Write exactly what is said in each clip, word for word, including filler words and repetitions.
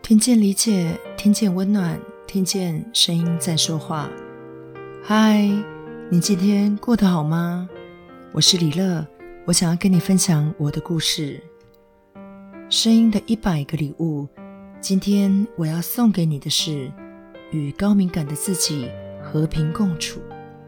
听见理解，听见温暖，听见声音在说话。嗨，你今天过得好吗？我是李乐，我想要跟你分享我的故事。声音的一百个礼物，今天我要送给你的是与高敏感的自己和平共处。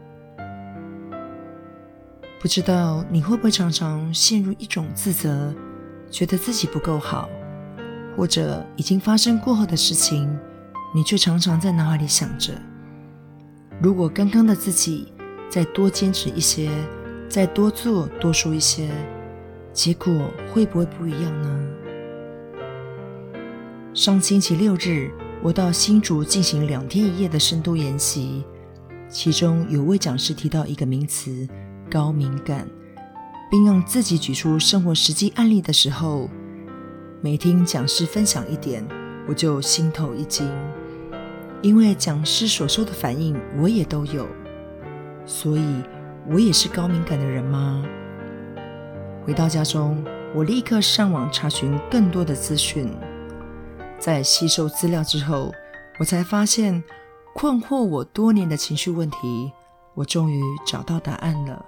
不知道你会不会常常陷入一种自责，觉得自己不够好，或者已经发生过后的事情，你却常常在脑海里想着，如果刚刚的自己再多坚持一些，再多做多说一些，结果会不会不一样呢？上星期六日，我到新竹进行两天一夜的深度研习，其中有位讲师提到一个名词，高敏感，并用自己举出生活实际案例的时候，每听讲师分享一点，我就心头一惊，因为讲师所说的反应我也都有，所以我也是高敏感的人吗？回到家中，我立刻上网查询更多的资讯，在吸收资料之后，我才发现困惑我多年的情绪问题，我终于找到答案了。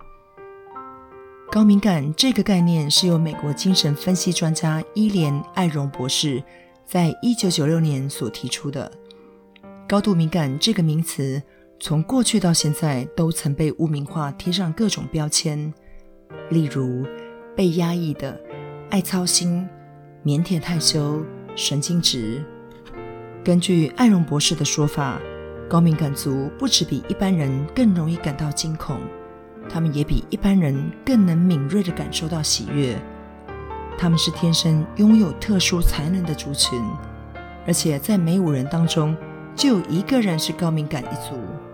高敏感这个概念是由美国精神分析专家伊莲·艾荣博士在一九九六年所提出的。高度敏感这个名词从过去到现在都曾被污名化，贴上各种标签，例如被压抑的、爱操心、腼腆害羞、神经质。根据艾荣博士的说法，高敏感族不只比一般人更容易感到惊恐，他们也比一般人更能敏锐地感受到喜悦。他们是天生拥有特殊才能的族群，而且在每五人当中就有一个人是高敏感一族。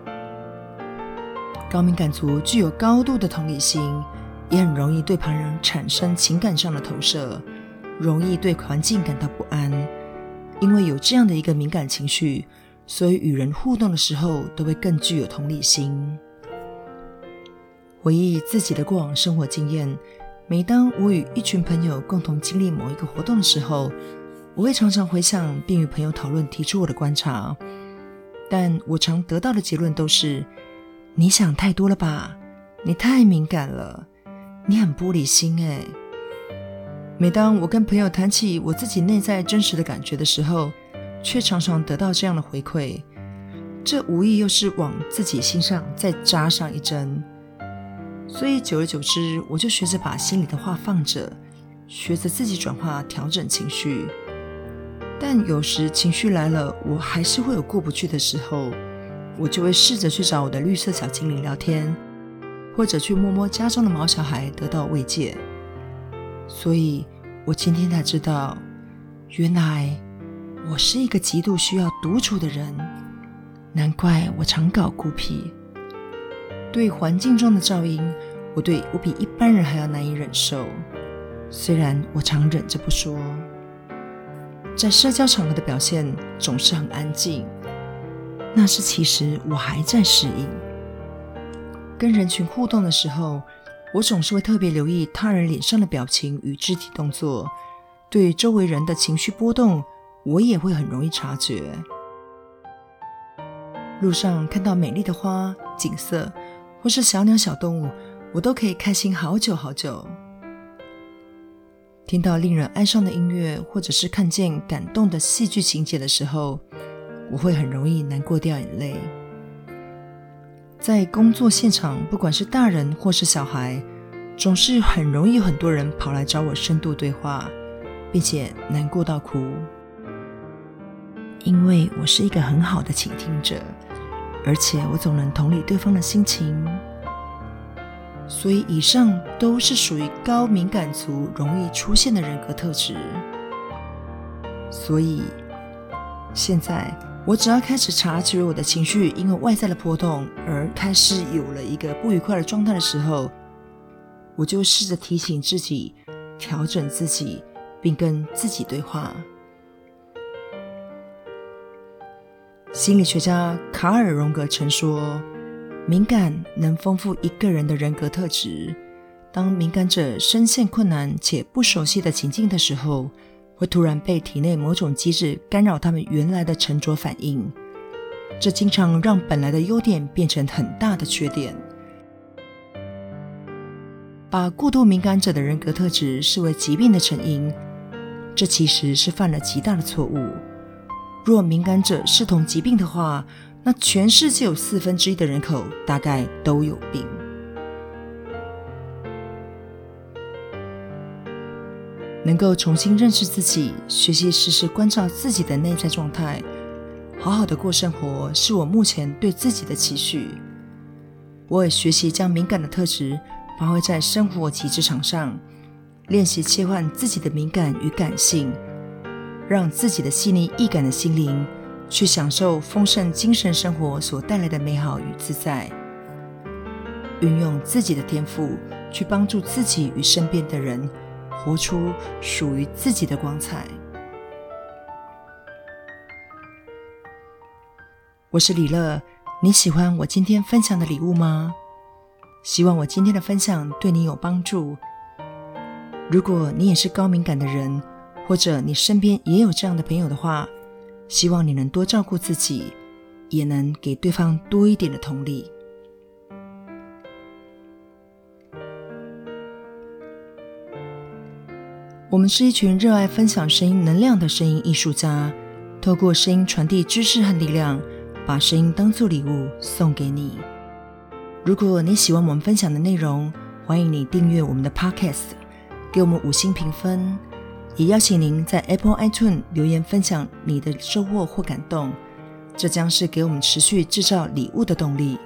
高敏感族具有高度的同理心，也很容易对旁人产生情感上的投射，容易对环境感到不安。因为有这样的一个敏感情绪，所以与人互动的时候都会更具有同理心。回忆自己的过往生活经验，每当我与一群朋友共同经历某一个活动的时候，我会常常回想并与朋友讨论，提出我的观察，但我常得到的结论都是，你想太多了吧，你太敏感了，你很玻璃心耶。每当我跟朋友谈起我自己内在真实的感觉的时候，却常常得到这样的回馈，这无疑又是往自己心上再扎上一针。所以久而久之，我就学着把心里的话放着，学着自己转化调整情绪。但有时情绪来了，我还是会有过不去的时候，我就会试着去找我的绿色小精灵聊天，或者去摸摸家中的毛小孩得到慰藉。所以我今天才知道，原来我是一个极度需要独处的人，难怪我常搞孤僻。对环境中的噪音，我对我比一般人还要难以忍受，虽然我常忍着不说。在社交场合的表现总是很安静，那是其实我还在适应。跟人群互动的时候，我总是会特别留意他人脸上的表情与肢体动作，对周围人的情绪波动，我也会很容易察觉。路上看到美丽的花、景色，或是小鸟小动物，我都可以开心好久好久。听到令人哀伤的音乐，或者是看见感动的戏剧情节的时候，我会很容易难过掉眼泪。在工作现场，不管是大人或是小孩，总是很容易有很多人跑来找我深度对话，并且难过到哭。因为我是一个很好的倾听者，而且我总能同理对方的心情，所以以上都是属于高敏感族容易出现的人格特质。所以现在我只要开始察觉我的情绪因为外在的波动而开始有了一个不愉快的状态的时候，我就试着提醒自己，调整自己，并跟自己对话。心理学家卡尔·荣格曾说，敏感能丰富一个人的人格特质。当敏感者深陷困难且不熟悉的情境的时候， 会突然被体内某种机制干扰他们原来的沉着反应，这经常让本来的优点变成很大的缺点。把过度敏感者的人格特质视为疾病的成因，这其实是犯了极大的错误。若敏感者视同疾病的话，那全世界有四分之一的人口大概都有病。能够重新认识自己，学习时时关照自己的内在状态，好好的过生活，是我目前对自己的期许。我也学习将敏感的特质发挥在生活及职场上，练习切换自己的敏感与感性，让自己的细腻易感的心灵去享受丰盛精神生活所带来的美好与自在，运用自己的天赋去帮助自己与身边的人活出属于自己的光彩。我是李乐，你喜欢我今天分享的礼物吗？希望我今天的分享对你有帮助。如果你也是高敏感的人，或者你身边也有这样的朋友的话，希望你能多照顾自己，也能给对方多一点的同理。我们是一群热爱分享声音能量的声音艺术家，透过声音传递知识和力量，把声音当作礼物送给你。如果你喜欢我们分享的内容，欢迎你订阅我们的 Podcast， 给我们五星评分，也邀请您在 Apple iTunes 留言分享你的收获或感动，这将是给我们持续制造礼物的动力。